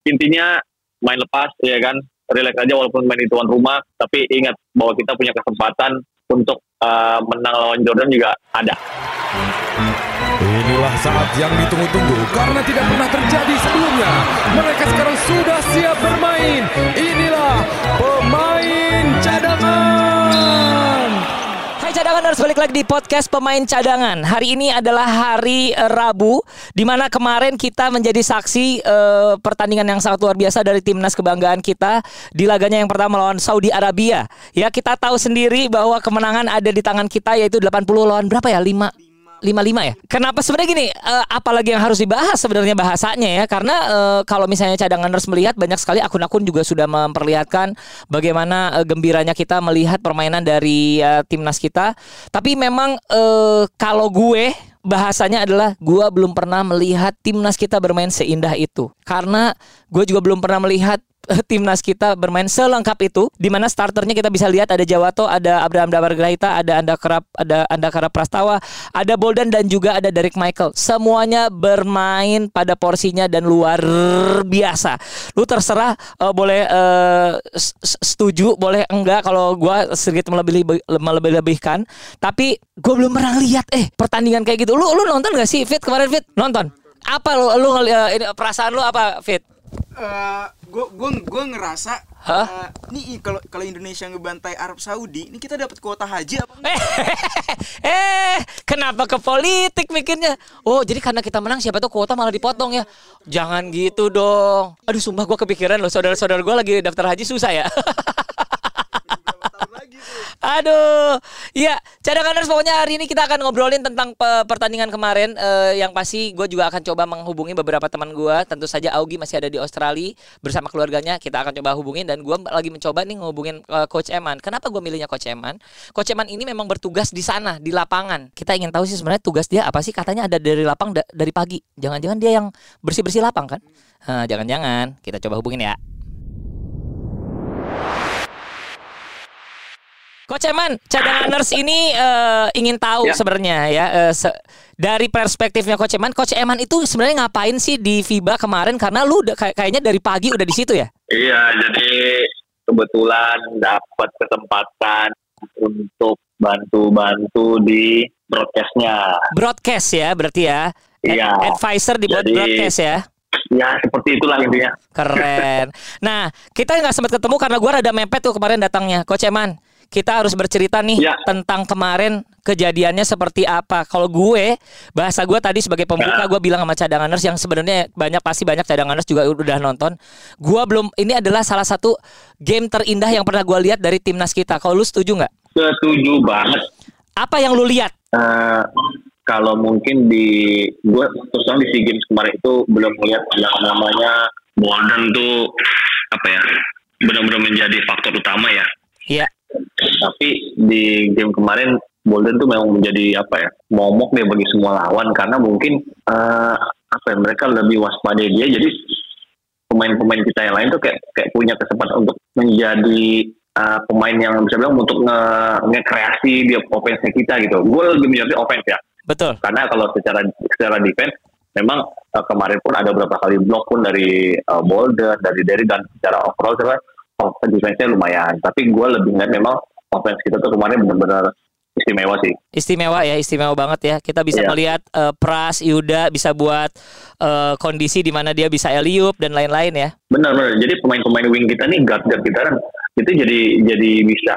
intinya main lepas ya kan, relax aja walaupun main di tuan rumah, tapi ingat bahwa kita punya kesempatan untuk menang lawan Jordan juga ada. Inilah saat yang ditunggu-tunggu karena tidak pernah terjadi sebelumnya. Mereka sekarang sudah siap bermain. Inilah pemain cadangan. Hai cadanganers, balik lagi di podcast pemain cadangan. Hari ini adalah hari Rabu, di mana kemarin kita menjadi saksi pertandingan yang sangat luar biasa dari timnas kebanggaan kita di laganya yang pertama lawan Saudi Arabia. Ya, kita tahu sendiri bahwa kemenangan ada di tangan kita, yaitu 80 lawan berapa ya? 55 ya. Kenapa sebenarnya gini? Apalagi yang harus dibahas sebenarnya bahasanya ya? Karena kalau misalnya cadanganers melihat banyak sekali akun-akun juga sudah memperlihatkan bagaimana gembiranya kita melihat permainan dari timnas kita. Tapi memang kalau gue bahasanya adalah gue belum pernah melihat timnas kita bermain seindah itu. Karena gue juga belum pernah melihat timnas kita bermain selengkap itu, di mana starternya kita bisa lihat ada Jawato, ada Abraham Damar Grahita, ada Andakara Prastawa, ada Bolden dan juga ada Derek Michael. Semuanya bermain pada porsinya dan luar biasa. Lu terserah boleh setuju, boleh enggak kalau gue sedikit melebih-lebihkan. Tapi gue belum pernah lihat pertandingan kayak gitu. Lu nonton gak sih Fit kemarin Fit? Nonton? Apa lu perasaan lu apa Fit? Gue ngerasa nih kalau Indonesia ngebantai Arab Saudi, ini kita dapat kuota haji apa enggak? Kenapa ke politik mikirnya? Oh, jadi karena kita menang siapa tuh kuota malah dipotong ya? Jangan gitu dong. Aduh, sumpah gue kepikiran loh, saudara-saudara gue lagi daftar haji susah ya. Aduh, ya cadanganers, pokoknya hari ini kita akan ngobrolin tentang pertandingan kemarin. Yang pasti gue juga akan coba menghubungi beberapa teman gue. Tentu saja Augie masih ada di Australia bersama keluarganya. Kita akan coba hubungin, dan gue lagi mencoba nih ngehubungin Coach Eman. Kenapa gue milihnya Coach Eman? Coach Eman ini memang bertugas di sana, di lapangan. Kita ingin tahu sih sebenarnya tugas dia apa sih. Katanya ada dari lapang dari pagi. Jangan-jangan dia yang bersih-bersih lapang kan? Jangan-jangan. Kita coba hubungin ya. Coach Eman, cadanganers ini ingin tahu sebenarnya ya, dari perspektifnya Coach Eman itu sebenarnya ngapain sih di FIBA kemarin? Karena lu kayaknya dari pagi udah di situ ya? Iya, jadi kebetulan dapat kesempatan untuk bantu di broadcastnya. Broadcast ya, berarti ya? Iya. Advisor di broadcast ya? Ya, seperti itulah intinya. Keren. Nah, kita nggak sempat ketemu karena gue rada mepet tuh kemarin datangnya. Coach Eman, kita harus bercerita nih tentang kemarin kejadiannya seperti apa. Kalau gue, bahasa gue tadi sebagai pembuka, gue bilang sama cadanganers yang sebenarnya pasti banyak cadanganers juga udah nonton. Gue belum, ini adalah salah satu game terindah yang pernah gue lihat dari timnas kita. Kalau lu setuju nggak? Setuju banget. Apa yang lu lihat? Kalau mungkin gue terus terang di SEA Games kemarin itu belum melihat yang namanya Bolden tuh benar-benar menjadi faktor utama ya. Iya. Tapi di game kemarin Bolden tuh memang menjadi momok deh bagi semua lawan, karena mungkin mereka lebih waspada dia, jadi pemain-pemain kita yang lain tuh kayak punya kesempatan untuk menjadi pemain yang bisa bilang untuk nge-kreasi dia offense kita gitu. Gue lebih menjadi offense ya. Betul. Karena kalau secara defense memang kemarin pun ada beberapa kali blok pun dari Bolden, dari Derry, dan secara overall defense-nya lumayan. Tapi gue lebih ngeliat memang offense kita tuh kemarin benar-benar istimewa sih. Istimewa banget ya. Kita bisa melihat Pras, Yuda bisa buat kondisi di mana dia bisa alley-oop dan lain-lain ya. Benar. Jadi pemain-pemain wing kita nih, guard-guard kita kan itu jadi bisa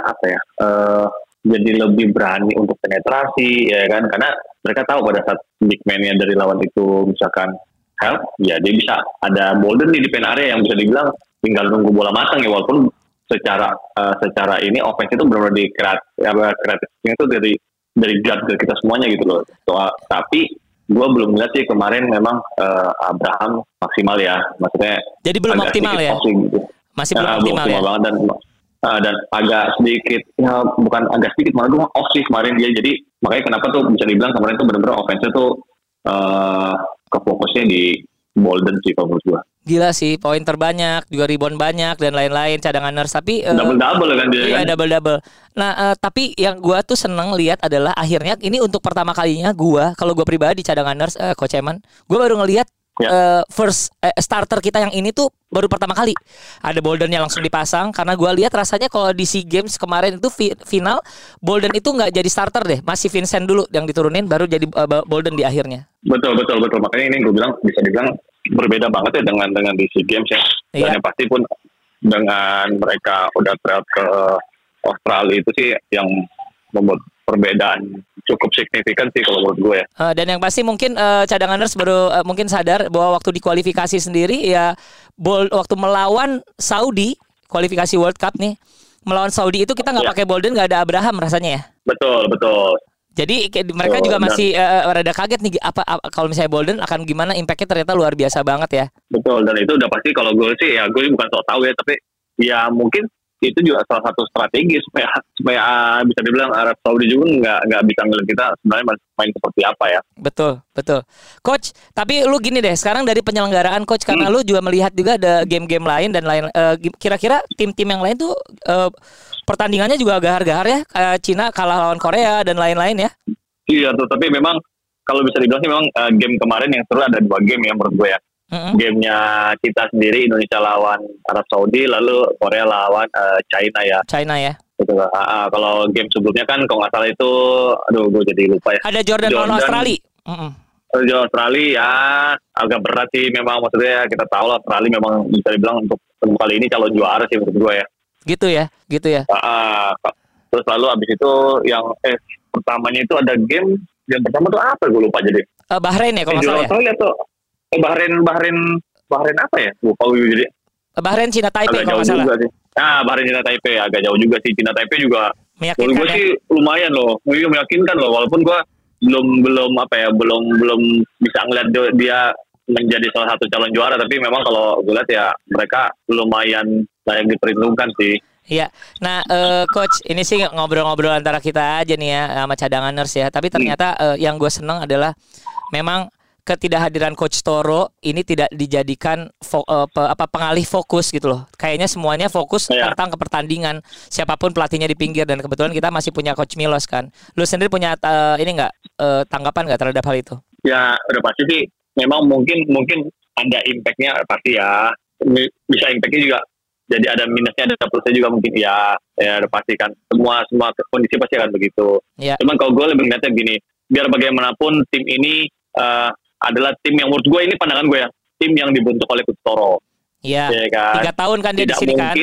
jadi lebih berani untuk penetrasi ya kan, karena mereka tahu pada saat big man-nya dari lawan itu misalkan help, ya dia bisa ada Bolden di pen area yang bisa dibilang tinggal nunggu bola matang ya, walaupun secara ini offense itu benar-benar di kreatifnya itu dari guard kita semuanya gitu loh. Tapi gue belum lihat sih kemarin memang Abraham maksimal ya, maksudnya jadi belum optimal ya gitu. Masih belum optimal ya banget, dan agak sedikit bukan agak sedikit, malah gue off sih kemarin dia. Jadi makanya kenapa tuh bisa dibilang kemarin tuh benar-benar offense tuh kefokusnya di Bolden sih kalau menurut gue. Gila sih, poin terbanyak, juga rebound banyak dan lain-lain cadanganers. Tapi double-double kan dia. Iya, double-double. Nah, tapi yang gue tuh seneng lihat adalah akhirnya ini untuk pertama kalinya gue, kalau gue pribadi cadanganers, Coach Eman, gue baru ngelihat first starter kita yang ini tuh baru pertama kali ada Boldennya langsung dipasang, karena gue lihat rasanya kalau di SEA Games kemarin itu final Bolden itu nggak jadi starter deh, masih Vincent dulu yang diturunin baru jadi Bolden di akhirnya. Betul. Makanya ini gue bilang bisa dibilang berbeda banget ya dengan di SEA Games ya. Dan yang pasti pun dengan mereka udah tryout ke Australia itu sih yang membuat perbedaan cukup signifikan sih kalau menurut gue ya. Dan yang pasti mungkin cadanganers baru mungkin sadar bahwa waktu di kualifikasi sendiri ya waktu melawan Saudi kualifikasi World Cup nih, melawan Saudi itu kita nggak pakai Bolden, nggak ada Abraham rasanya ya. Betul. Jadi mereka juga masih rada kaget nih apa kalau misalnya Bolden akan gimana, impactnya ternyata luar biasa banget ya. Betul, dan itu udah pasti kalau gue sih ya gue bukan sok tahu ya, tapi ya mungkin itu juga salah satu strategi supaya bisa dibilang Arab Saudi juga nggak bisa ngeliat kita sebenarnya main seperti apa ya. Betul. Coach, tapi lu gini deh, sekarang dari penyelenggaraan Coach, karena lu juga melihat juga ada game-game lain dan lain, kira-kira tim-tim yang lain tuh pertandingannya juga gahar-gahar ya, Cina kalah lawan Korea dan lain-lain ya. Iya tuh, tapi memang kalau bisa dibilang sih memang game kemarin yang seru ada 2 game ya menurut gue ya. Gamenya kita sendiri Indonesia lawan Arab Saudi, lalu Korea lawan China ya. Betul. Kalau game sebelumnya kan kalau nggak salah itu, aduh gue jadi lupa ya. Ada Jordan lawan Australia. Australia ya agak berat sih memang, maksudnya kita tahu lah Australia memang bisa dibilang untuk kali ini calon juara sih menurut gue ya. Gitu ya. Terus lalu abis itu yang pertamanya itu ada game yang pertama tuh apa gue lupa jadi. Bahrain ya kalau nggak salah ya. Bahrain apa ya? Lupa gue jadi. Bahrain Cina Taipei kalau nggak salah. Bahrain Cina Taipei agak jauh juga sih. Cina Taipei juga meyakinkan gue sih lumayan loh. Meyakinkan loh, walaupun gue belum bisa ngeliat dia menjadi salah satu calon juara, tapi memang kalau gue lihat ya mereka lumayan layak diperhitungkan sih. Iya. Nah, Coach, ini sih ngobrol-ngobrol antara kita aja nih ya sama cadanganers ya. Tapi ternyata yang gue seneng adalah memang ketidakhadiran Coach Toro ini tidak dijadikan pengalih fokus gitu loh. Kayaknya semuanya fokus tentang ke pertandingan. Siapapun pelatihnya di pinggir, dan kebetulan kita masih punya Coach Milos kan. Lu sendiri punya ini nggak tanggapan nggak terhadap hal itu? Ya udah pasti sih. Memang mungkin ada impactnya pasti ya. Bisa impactnya juga. Jadi ada minusnya, ada plusnya juga mungkin ya udah pasti kan. Semua kondisi pasti akan begitu. Ya. Cuman kalau gue lebih melihatnya gini, biar bagaimanapun tim ini adalah tim yang menurut gue, ini pandangan gue ya, tim yang dibentuk oleh Coach Toro. Iya. Ya kan? 3 tahun kan dia di sini kan.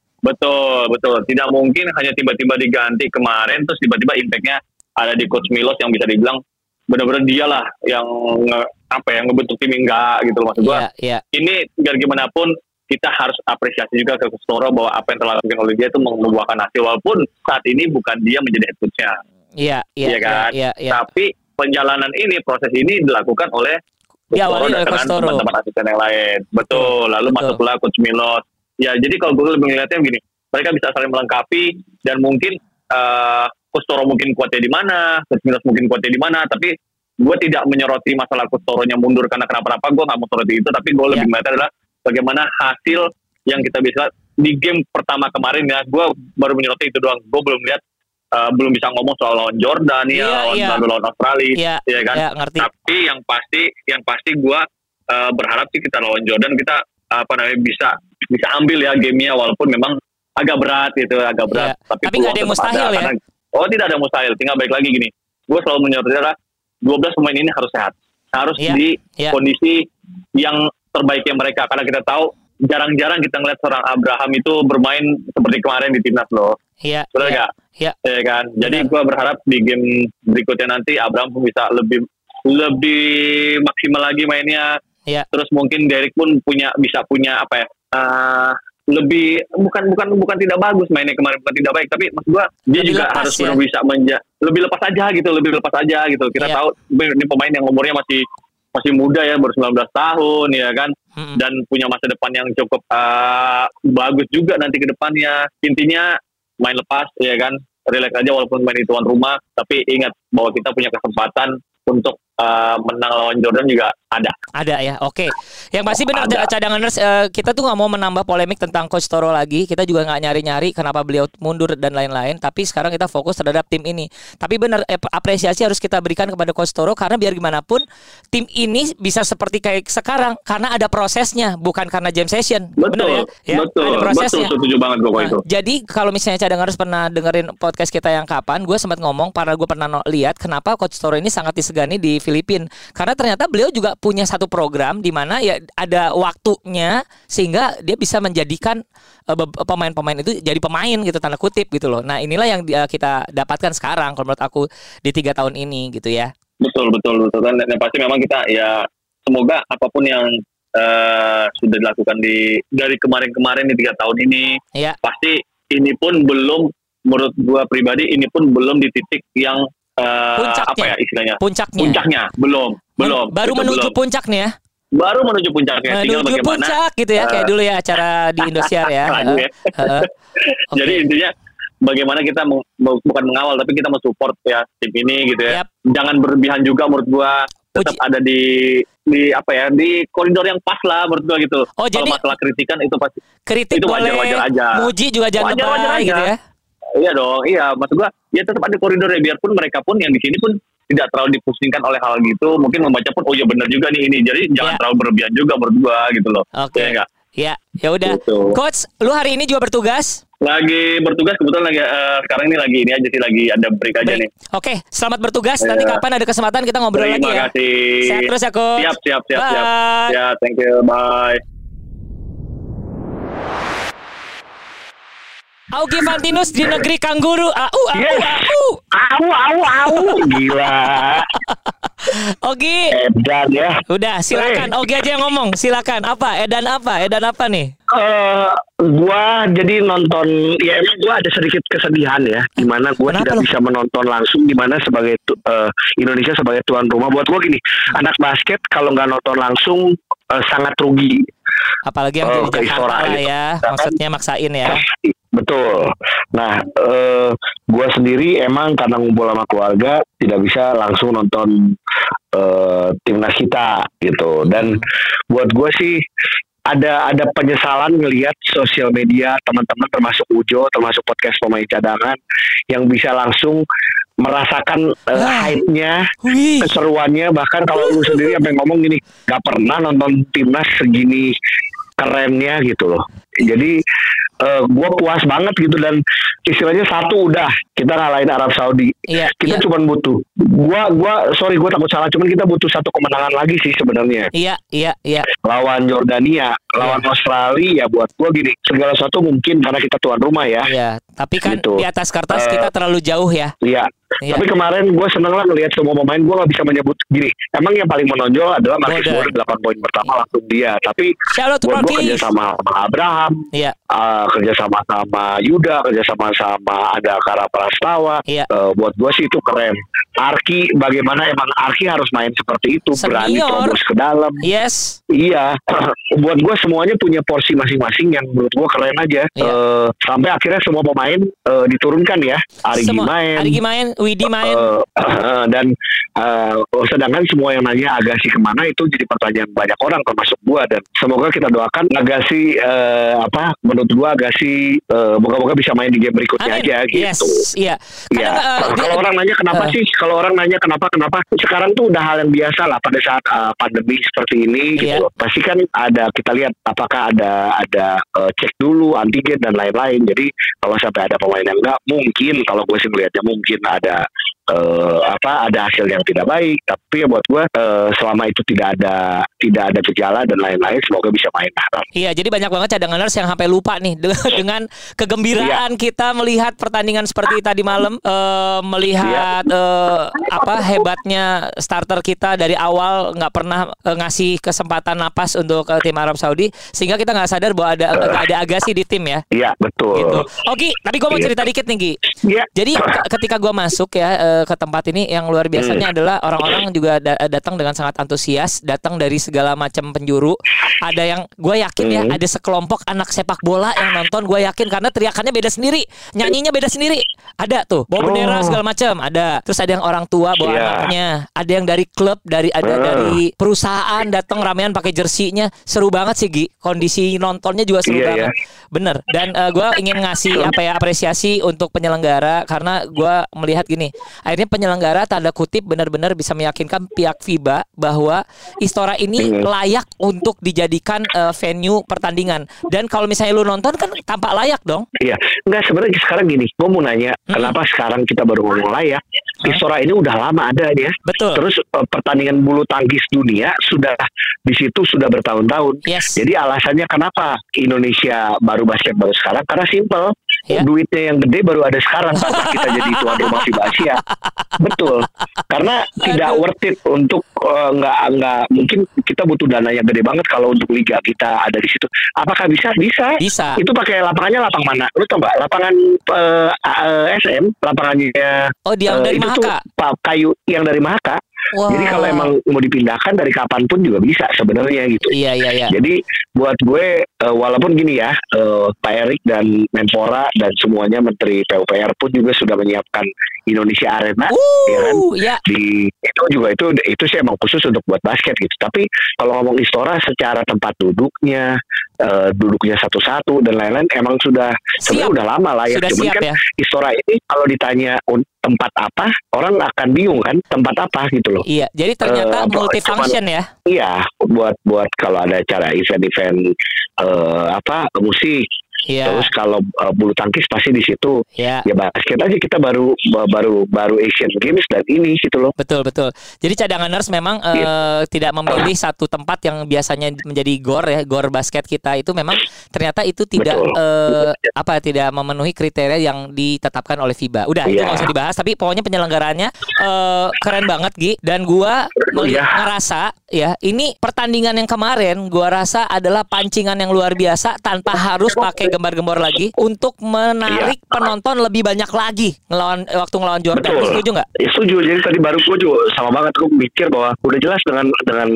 Betul. Tidak mungkin hanya tiba-tiba diganti kemarin terus tiba-tiba impactnya ada di Coach Milos yang bisa dibilang benar-benar dialah yang ngebentuk tim, enggak gitu loh maksud gue. Iya. Ini biar gimana pun kita harus apresiasi juga ke Coach Toro bahwa apa yang telah dilakukan oleh dia itu membuahkan hasil, walaupun saat ini bukan dia menjadi head coach-nya. Iya kan? Iya. Tapi perjalanan ini, proses ini dilakukan oleh Coach Toro dengan teman-teman asisten yang lain. Betul. Lalu masuklah Coach Milos. Ya, jadi kalau gue lebih melihatnya begini, mereka bisa saling melengkapi, dan mungkin Coach Toro mungkin kuatnya di mana, Coach Milos mungkin kuatnya di mana, tapi gue tidak menyoroti masalah Coach Toronya mundur karena kenapa-napa, gue nggak mau soroti itu, tapi gue lebih melihat adalah bagaimana hasil yang kita bisa di game pertama kemarin ya. Gue baru menyoroti itu doang. Gue belum lihat, belum bisa ngomong soal lawan Jordan lawan Australia, ya kan. Ngerti. Tapi yang pasti gue berharap sih kita lawan Jordan kita bisa ambil ya gamenya, walaupun memang agak berat gitu, agak berat. Tapi nggak ada yang mustahil ya. Tidak ada mustahil. Tinggal balik lagi gini. Gue selalu menyoroti adalah 12 pemain ini harus sehat, harus di kondisi yang terbaiknya mereka, karena kita tahu jarang-jarang kita ngeliat seorang Abraham itu bermain seperti kemarin di timnas loh. Iya. Benar nggak? Iya. Ya kan. Jadi gue berharap di game berikutnya nanti Abraham pun bisa lebih maksimal lagi mainnya. Iya. Terus mungkin Derek pun bisa punya lebih bukan tidak bagus mainnya kemarin, bukan tidak baik, tapi maksud gue dia lebih juga harus bisa lebih lepas aja gitu. Kita tahu ini pemain yang umurnya masih muda ya, baru 19 tahun ya kan, dan punya masa depan yang cukup bagus juga nanti ke depannya. Intinya main lepas ya kan, relax aja walaupun main di tuan rumah, tapi ingat bahwa kita punya kesempatan untuk menang lawan Jordan juga ada. Ada ya, oke. Yang pasti benar cadanganers, kita tuh nggak mau menambah polemik tentang Coach Toro lagi. Kita juga nggak nyari-nyari kenapa beliau mundur dan lain-lain. Tapi sekarang kita fokus terhadap tim ini. Tapi benar, apresiasi harus kita berikan kepada Coach Toro karena biar gimana pun tim ini bisa seperti kayak sekarang karena ada prosesnya, bukan karena jam session. Betul, ya? Betul, ada prosesnya. Betul, setuju banget gue itu. Jadi kalau misalnya cadanganers pernah dengerin podcast kita yang kapan, gue sempat ngomong karena gue pernah lihat kenapa Coach Toro ini sangat disegani di Filipina. Karena ternyata beliau juga punya satu program di mana ya ada waktunya sehingga dia bisa menjadikan pemain-pemain itu jadi pemain gitu tanda kutip gitu loh. Nah inilah yang kita dapatkan sekarang kalau menurut aku di 3 tahun ini gitu ya. Betul kan. Dan pasti memang kita ya semoga apapun yang sudah dilakukan dari kemarin-kemarin di 3 tahun ini, ya. Pasti ini pun belum, menurut gua pribadi ini pun belum di titik yang apa ya istilahnya? Puncaknya belum. Baru menuju puncak nih ya. Baru menuju puncaknya. Tinggal menuju bagaimana puncak gitu ya kayak dulu ya acara di Indosiar ya. Okay. Jadi intinya bagaimana kita bukan mengawal tapi kita mensupport ya tim ini gitu ya. Yep. Jangan berlebihan juga menurut gua. Tetap ada di apa ya di koridor yang pas lah menurut gua gitu. Oh, kalau masalah kritikan itu pasti kritik itu boleh, wajar aja. Muji juga jangan wajar gitu ya. Iya dong, iya maksud gua ya tetap ada koridornya biarpun mereka pun yang di sini pun tidak terlalu dipusingkan oleh hal gitu, mungkin membaca pun oh ya benar juga nih ini. Jadi jangan terlalu berlebihan juga menurut gua gitu loh. Oke. Ya enggak? Ya udah. Gitu. Coach, lu hari ini juga bertugas? Lagi bertugas kebetulan lagi sekarang ini lagi ini aja sih lagi ada break aja nih. Oke, selamat bertugas. Nanti kapan ada kesempatan kita ngobrol lagi ya. Terima kasih. Sehat terus ya, Coach. Siap. Ya, thank you. Bye. Augie Fantinus di negeri kanguru. Gila. Ogi. Edan ya. Udah, silakan. Ogi aja yang ngomong. Silakan. Apa? Edan apa nih? Gua jadi nonton. Ya emang gua ada sedikit kesedihan ya. Dimana gua tidak bisa menonton langsung. Dimana sebagai Indonesia sebagai tuan rumah. Buat gua gini, anak basket kalau nggak nonton langsung sangat rugi. Apalagi yang di Jakarta lah ya. Maksudnya maksain ya. Betul. Nah, gue sendiri emang karena ngumpul sama keluarga tidak bisa langsung nonton timnas kita gitu. Dan buat gue sih ada penyesalan ngelihat sosial media teman-teman termasuk Ujo, termasuk podcast pemain cadangan yang bisa langsung merasakan hype-nya, keseruannya. Bahkan kalau lu sendiri sampai ngomong gini, gak pernah nonton timnas segini kerennya gitu loh. Jadi gue puas banget gitu dan istilahnya satu udah kita ngalahin Arab Saudi. Kita cuma butuh. Gue takut salah. Cuman kita butuh satu kemenangan lagi sih sebenarnya. Iya. Lawan Jordania, lawan Australia. Buat gue gini, segala sesuatu mungkin karena kita tuan rumah ya. Iya. Tapi kan gitu. Di atas kertas kita terlalu jauh ya. Iya. Tapi kemarin gue seneng lah ngelihat semua pemain. Gue gak bisa menyebut gini. Emang yang paling menonjol adalah Marcus Morris 8 poin pertama langsung dia. Tapi buat gue kerja sama Abraham, kerja sama Yuda, kerja sama ada Kara Prastawa. Buat gue sih itu keren. Arki, bagaimana emang Arki harus main seperti itu, berani terobos ke dalam. Yes. Iya. Buat gue semuanya punya porsi masing-masing yang menurut gue keren aja. Sampai akhirnya semua pemain diturunkan ya. Arigi main, Widi main. Dan sedangkan semua yang nanya Agassi kemana itu jadi pertanyaan banyak orang termasuk gua. Dan semoga kita doakan Agassi menurut gua Agassi moga-moga bisa main di game berikutnya aja gitu. Kalau orang nanya kenapa sih? Kalau orang nanya kenapa sekarang tuh udah hal yang biasa lah pada saat pandemi seperti ini gitu. Pasti kan ada kita lihat apakah ada cek dulu antigen dan lain-lain. Jadi kalau sampai ada pemain yang enggak, mungkin kalau gue sih melihatnya mungkin ada hasil yang tidak baik, tapi ya buat gue selama itu tidak ada gejala dan lain-lain, semoga bisa main. Iya, jadi banyak banget cadanganers yang sampai lupa nih dengan kegembiraan kita melihat pertandingan seperti tadi malam, melihat hebatnya starter kita dari awal nggak pernah ngasih kesempatan napas untuk tim Arab Saudi, sehingga kita nggak sadar bahwa ada Agassi di tim ya. Iya, betul. Gitu. Oke, tadi gue mau cerita dikit nih Gi. Jadi ketika gue masuk ya ke tempat ini yang luar biasanya adalah orang-orang juga datang dengan sangat antusias, datang dari segala macam penjuru. Ada yang gue yakin ya, ada sekelompok anak sepak bola yang nonton, gue yakin karena teriakannya beda sendiri, nyanyinya beda sendiri. Ada tuh bawa bendera segala macam, ada. Terus ada yang orang tua bawa anaknya, ada yang dari klub, dari perusahaan datang ramean pakai jersinya. Seru banget sih Gi, kondisi nontonnya juga seru banget. Bener. Dan gue ingin ngasih apresiasi untuk penyelenggara karena gue melihat gini, akhirnya penyelenggara tanda kutip benar-benar bisa meyakinkan pihak FIBA bahwa Istora ini layak untuk dijadikan venue pertandingan. Dan kalau misalnya lu nonton kan tampak layak dong. Iya, enggak, sebenarnya sekarang gini, gue mau nanya kenapa sekarang kita baru ngomong layak? Istora ini udah lama ada ya. Betul. Terus pertandingan bulu tangkis dunia sudah di situ sudah bertahun-tahun. Yes. Jadi alasannya kenapa Indonesia baru basket baru sekarang, karena simple. Duitnya yang gede baru ada sekarang saat kita jadi tuan rumah FIBA Asia. Betul. Karena tidak worth it untuk nggak mungkin kita butuh dana yang gede banget kalau untuk liga kita ada di situ. Apakah bisa? Bisa. Itu pakai lapangannya lapang mana? Lu tahu nggak? Lapangan SM, lapangannya yang dari itu Mahaka. Tuh kayu yang dari Mahaka. Wow. Jadi kalau emang mau dipindahkan dari kapanpun juga bisa sebenarnya gitu. Iya. Jadi buat gue walaupun gini ya, Pak Erik dan Menpora dan semuanya Menteri PUPR pun juga sudah menyiapkan Indonesia Arena, ya kan? Di itu juga itu sih emang khusus untuk buat basket gitu. Tapi kalau ngomong Istora secara tempat duduknya satu-satu dan lain-lain emang sebenarnya udah lama lah ya. Cuman kan Istora ini kalau ditanya tempat apa, orang akan bingung kan tempat apa gitu loh. Iya, jadi ternyata multifunction ya. Iya, buat kalau ada acara event musik. Terus kalau bulu tangkis pasti di situ. Ya basket aja kita baru Asian Games dan ini gitu loh. Betul. Jadi cadanganers memang tidak memilih satu tempat yang biasanya menjadi gor basket kita itu memang ternyata itu tidak tidak memenuhi kriteria yang ditetapkan oleh FIBA. Udah itu nggak usah dibahas. Tapi pokoknya penyelenggaraannya keren banget Gi. Dan gua ngerasa ya ini pertandingan yang kemarin gua rasa adalah pancingan yang luar biasa tanpa harus pakai gembar-gembor lagi untuk menarik penonton lebih banyak lagi waktu ngelawan Jordan. Setuju nggak? Ya, setuju. Jadi tadi baru gue juga sama banget, gue mikir bahwa udah jelas dengan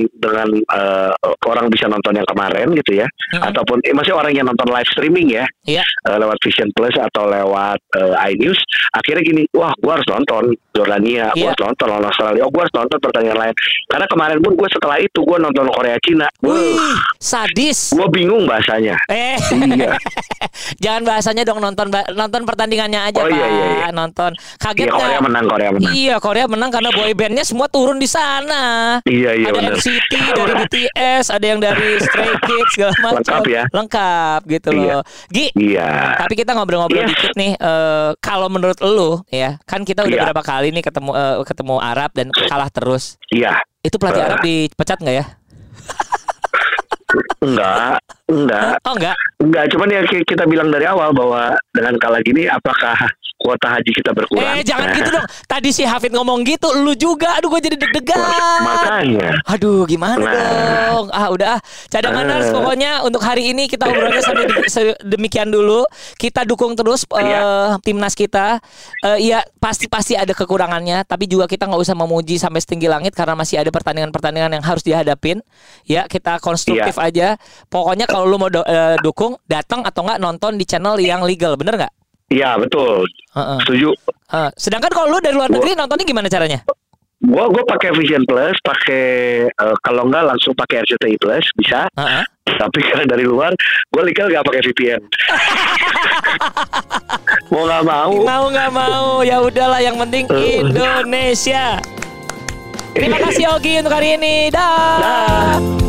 orang bisa nonton yang kemarin gitu ya, ataupun masih orang yang nonton live streaming ya, lewat Vision Plus atau lewat iNews. Akhirnya gini, wah gue harus nonton Jordania, gue harus nonton lawan Australia, gue harus nonton pertandingan lain. Karena kemarin pun gue setelah itu gue nonton Korea Cina. Sadis. Gue bingung bahasanya. Iya. Jangan bahasanya dong, nonton pertandingannya aja Pak. Iya. Nonton. Kaget Korea menang. Iya, Korea menang karena boybandnya semua turun di sana. Iya. Ada NCT dari BTS, ada yang dari Stray Kids segala macam. Lengkap gitu loh. Gi. Iya. Tapi kita ngobrol-ngobrol dikit nih. Kalau menurut lu ya, kan kita udah berapa kali nih ketemu Arab dan kalah terus. Iya. Itu pelatih Arab dipecat nggak ya? Enggak. Oh enggak. Cuman ya kita bilang dari awal bahwa dengan kalah gini apakah kuota haji kita berkurang? Jangan gitu dong. Tadi si Hafid ngomong gitu, lu juga. Aduh, gue jadi deg-degan. Makanya. Aduh, gimana dong? Udah. Cadanganers pokoknya untuk hari ini kita obrolnya sampai demikian dulu. Kita dukung terus timnas kita. Ya pasti ada kekurangannya, tapi juga kita nggak usah memuji sampai setinggi langit karena masih ada pertandingan-pertandingan yang harus dihadapin. Ya, kita konstruktif aja. Pokoknya kalau lu mau dukung, datang atau nggak nonton di channel yang legal, bener nggak? Iya betul, setuju. Sedangkan kalau lu dari luar negeri nontonnya gimana caranya? Gue pakai Vision Plus, kalau nggak langsung pakai RCTI Plus bisa. Tapi karena dari luar, gue legal nggak pakai VPN. Mau nggak mau, ya udahlah. Yang penting Indonesia. Terima kasih Ogi untuk hari ini. Dah.